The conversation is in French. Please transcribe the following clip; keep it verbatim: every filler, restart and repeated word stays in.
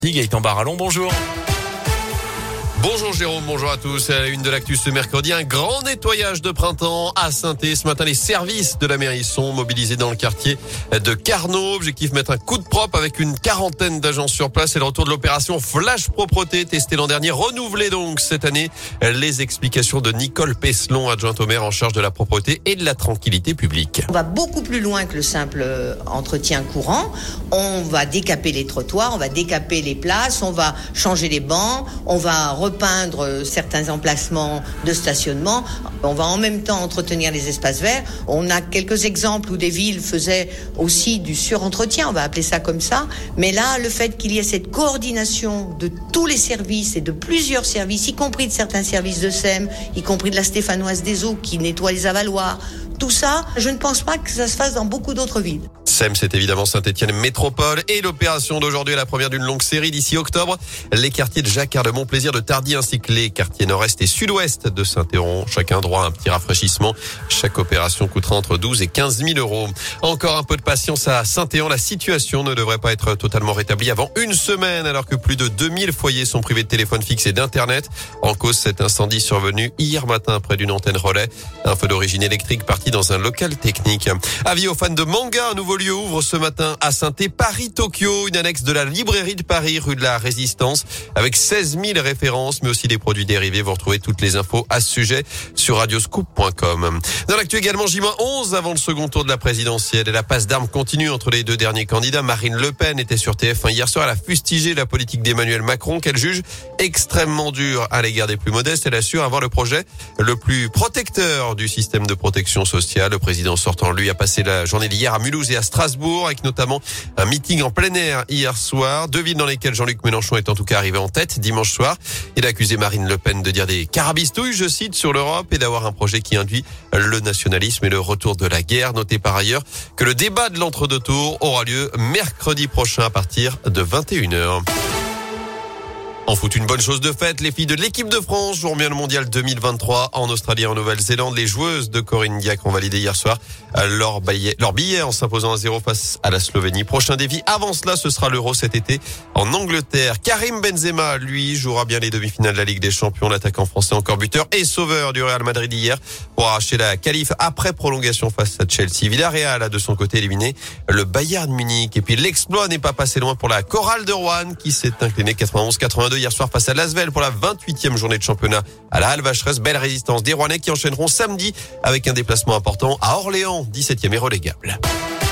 Gaëtan Barallon, bonjour. Bonjour Jérôme, bonjour à tous. À la une de l'actu ce mercredi, un grand nettoyage de printemps à Saint-Étienne. Ce matin, les services de la mairie sont mobilisés dans le quartier de Carnot. Objectif, mettre un coup de propre avec une quarantaine d'agents sur place. Et le retour de l'opération Flash Propreté, testée l'an dernier, renouvelée donc cette année. Les explications de Nicole Pesselon, adjointe au maire en charge de la propreté et de la tranquillité publique. On va beaucoup plus loin que le simple entretien courant. On va décaper les trottoirs, on va décaper les places, on va changer les bancs, on va repeindre certains emplacements de stationnement. On va en même temps entretenir les espaces verts. On a quelques exemples où des villes faisaient aussi du surentretien, on va appeler ça comme ça. Mais là, le fait qu'il y ait cette coordination de tous les services et de plusieurs services, y compris de certains services de S E M, y compris de la Stéphanoise des Eaux qui nettoie les avaloirs, tout ça, je ne pense pas que ça se fasse dans beaucoup d'autres villes. S E M, c'est évidemment Saint-Étienne Métropole et l'opération d'aujourd'hui est la première d'une longue série d'ici octobre. Les quartiers de Jacquard, de Montplaisir, de Tardy ainsi que les quartiers nord-est et sud-ouest de Saint-Héron. Chacun droit à un petit rafraîchissement. Chaque opération coûtera entre douze et quinze mille euros. Encore un peu de patience à Saint-Héron. La situation ne devrait pas être totalement rétablie avant une semaine alors que plus de deux mille foyers sont privés de téléphone fixe et d'internet. En cause, cet incendie survenu hier matin près d'une antenne relais. Un feu d'origine électrique parti dans un local technique. Avis aux fans de manga, un nouveau lieu ouvre ce matin à Saint-Étienne, Paris-Tokyo, une annexe de la librairie de Paris, rue de la Résistance, avec seize mille références, mais aussi des produits dérivés. Vous retrouvez toutes les infos à ce sujet sur radioscoop point com. Dans l'actu également, J onze avant le second tour de la présidentielle et la passe d'armes continue entre les deux derniers candidats. Marine Le Pen était sur T F un hier soir. Elle a fustigé la politique d'Emmanuel Macron, qu'elle juge extrêmement dure à l'égard des plus modestes. Elle assure avoir le projet le plus protecteur du système de protection sociale. Le président sortant, lui, a passé la journée d'hier à Mulhouse et à Strasbourg, avec notamment un meeting en plein air hier soir. Deux villes dans lesquelles Jean-Luc Mélenchon est en tout cas arrivé en tête dimanche soir. Il a accusé Marine Le Pen de dire des carabistouilles, je cite, sur l'Europe et d'avoir un projet qui induit le nationalisme et le retour de la guerre. Notez par ailleurs que le débat de l'entre-deux tours aura lieu mercredi prochain à partir de vingt et une heures. En foot, une bonne chose de faite. Les filles de l'équipe de France joueront bien le mondial deux mille vingt-trois en Australie et en Nouvelle-Zélande. Les joueuses de Corinne Diacre ont validé hier soir leur billet, leur billet en s'imposant à zéro face à la Slovénie. Prochain défi avant cela, ce sera l'Euro cet été en Angleterre. Karim Benzema, lui, jouera bien les demi-finales de la Ligue des Champions. L'attaquant français encore buteur et sauveur du Real Madrid hier pour arracher la qualif après prolongation face à Chelsea. Villarreal a de son côté éliminé le Bayern Munich. Et puis l'exploit n'est pas passé loin pour la chorale de Roanne qui s'est inclinée quatre-vingt-onze quatre-vingt-deux hier soir face à l'Asvel pour la vingt-huitième journée de championnat à la Halle Vacheresse. Belle résistance des Rouennais qui enchaîneront samedi avec un déplacement important à Orléans, dix-septième et relégable.